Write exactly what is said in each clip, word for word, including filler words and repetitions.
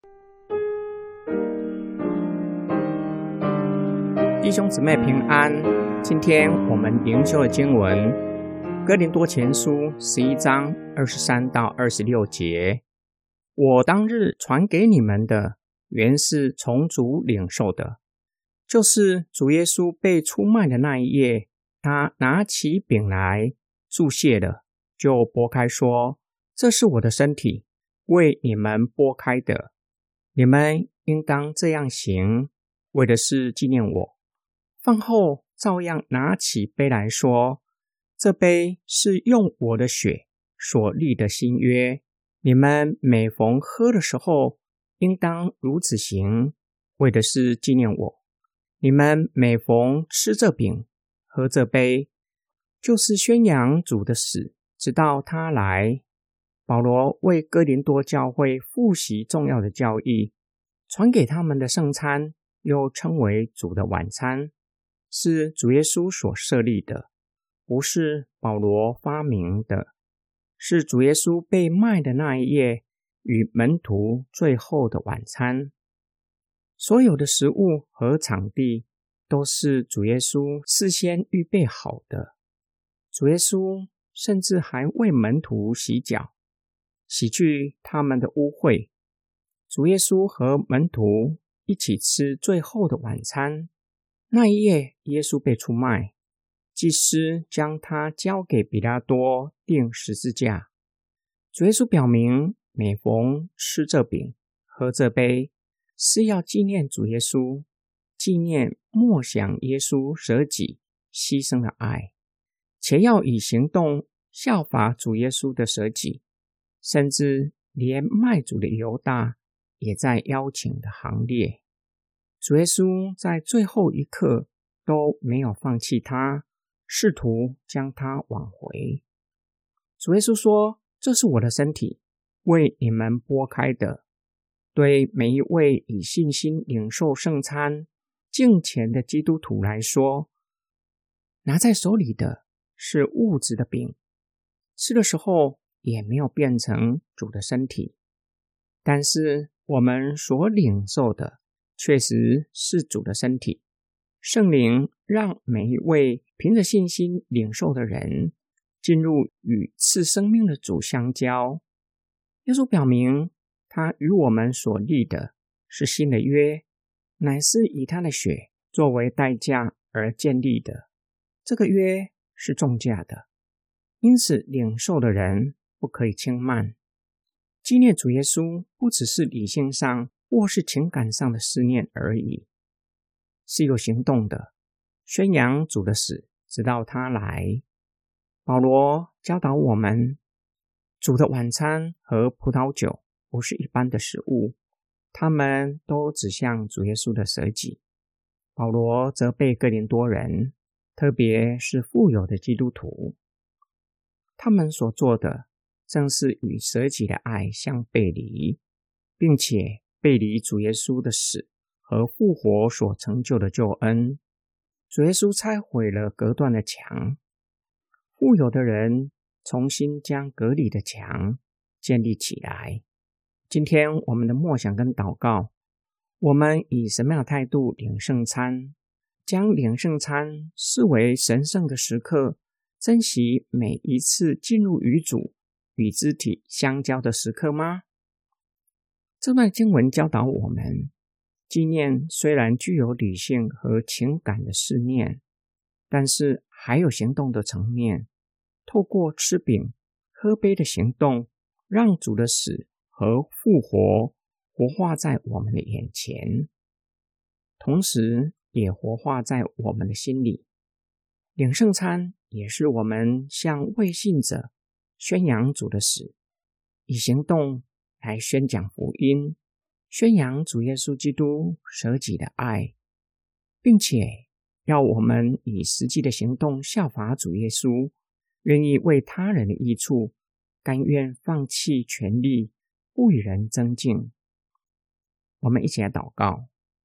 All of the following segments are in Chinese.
弟兄姊妹平安，今天我们灵修的经文哥林多前书十一章二十三到二十六节。我当日传给你们的，原是从主领受的，就是主耶稣被出卖的那一夜，他拿起饼来，祝谢了，就擘开说，这是我的身体，为你们擘开的，你们应当这样行，为的是纪念我。饭后照样拿起杯来说，这杯是用我的血所立的新约，你们每逢喝的时候，应当如此行，为的是纪念我。你们每逢吃这饼喝这杯，就是宣扬主的死，直到他来。保罗为哥林多教会复习重要的教义，传给他们的圣餐又称为主的晚餐，是主耶稣所设立的，不是保罗发明的，是主耶稣被卖的那一夜与门徒最后的晚餐。所有的食物和场地都是主耶稣事先预备好的。主耶稣甚至还为门徒洗脚，洗去他们的污秽。主耶稣和门徒一起吃最后的晚餐。那一夜，耶稣被出卖，祭司将他交给比拉多钉十字架。主耶稣表明，每逢吃这饼喝这杯，是要纪念主耶稣，纪念默想耶稣舍己牺牲的爱，且要以行动效法主耶稣的舍己，甚至连卖主的犹大也在邀请的行列。主耶稣在最后一刻都没有放弃他，试图将他挽回。主耶稣说，这是我的身体，为你们擘开的。对每一位以信心领受圣餐敬虔的基督徒来说，拿在手里的是物质的饼，吃的时候也没有变成主的身体，但是我们所领受的确实是主的身体。圣灵让每一位凭着信心领受的人进入与赐生命的主相交。耶稣表明，他与我们所立的是新的约，乃是以他的血作为代价而建立的。这个约是重价的，因此领受的人不可以轻慢。纪念主耶稣不只是理性上或是情感上的思念而已，是有行动的，宣扬主的死，直到他来。保罗教导我们，主的晚餐和葡萄酒不是一般的食物，他们都指向主耶稣的舍己。保罗责备哥林多人，特别是富有的基督徒，他们所做的正是与舍己的爱相背离，并且背离主耶稣的死和复活所成就的救恩。主耶稣拆毁了隔断的墙，富有的人重新将隔离的墙建立起来。今天我们的默想跟祷告，我们以什么样的态度领圣餐？将领圣餐视为神圣的时刻，珍惜每一次进入与主与肢体相交的时刻吗？这段经文教导我们，纪念虽然具有理性和情感的思念，但是还有行动的层面。透过吃饼喝杯的行动，让主的死和复活活化在我们的眼前，同时也活化在我们的心里。领圣餐也是我们向未信者宣扬主的死，以行动来宣讲福音，宣扬主耶稣基督舍己的爱，并且要我们以实际的行动效法主耶稣，愿意为他人的益处，甘愿放弃权利，不与人争竞。我们一起来祷告。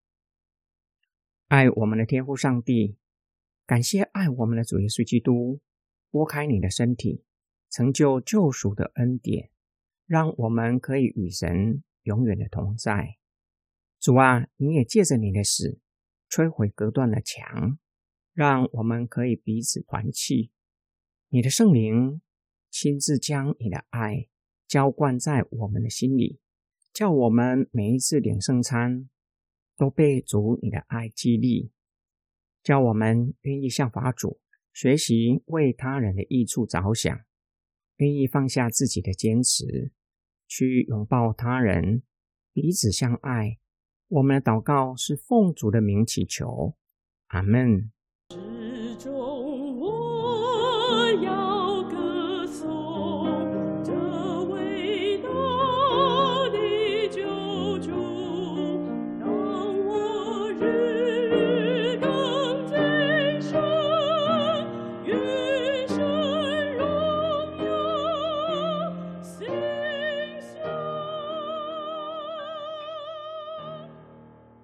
爱我们的天父上帝，感谢爱我们的主耶稣基督，拨开你的身体，成就救赎的恩典，让我们可以与神永远的同在。主啊，你也借着你的死摧毁隔断的墙，让我们可以彼此团契。你的圣灵亲自将你的爱浇灌在我们的心里，叫我们每一次领圣餐都被主你的爱激励，叫我们愿意向法主学习为他人的益处着想，愿意放下自己的坚持，去拥抱他人，彼此相爱。我们的祷告是奉主的名祈求，阿们。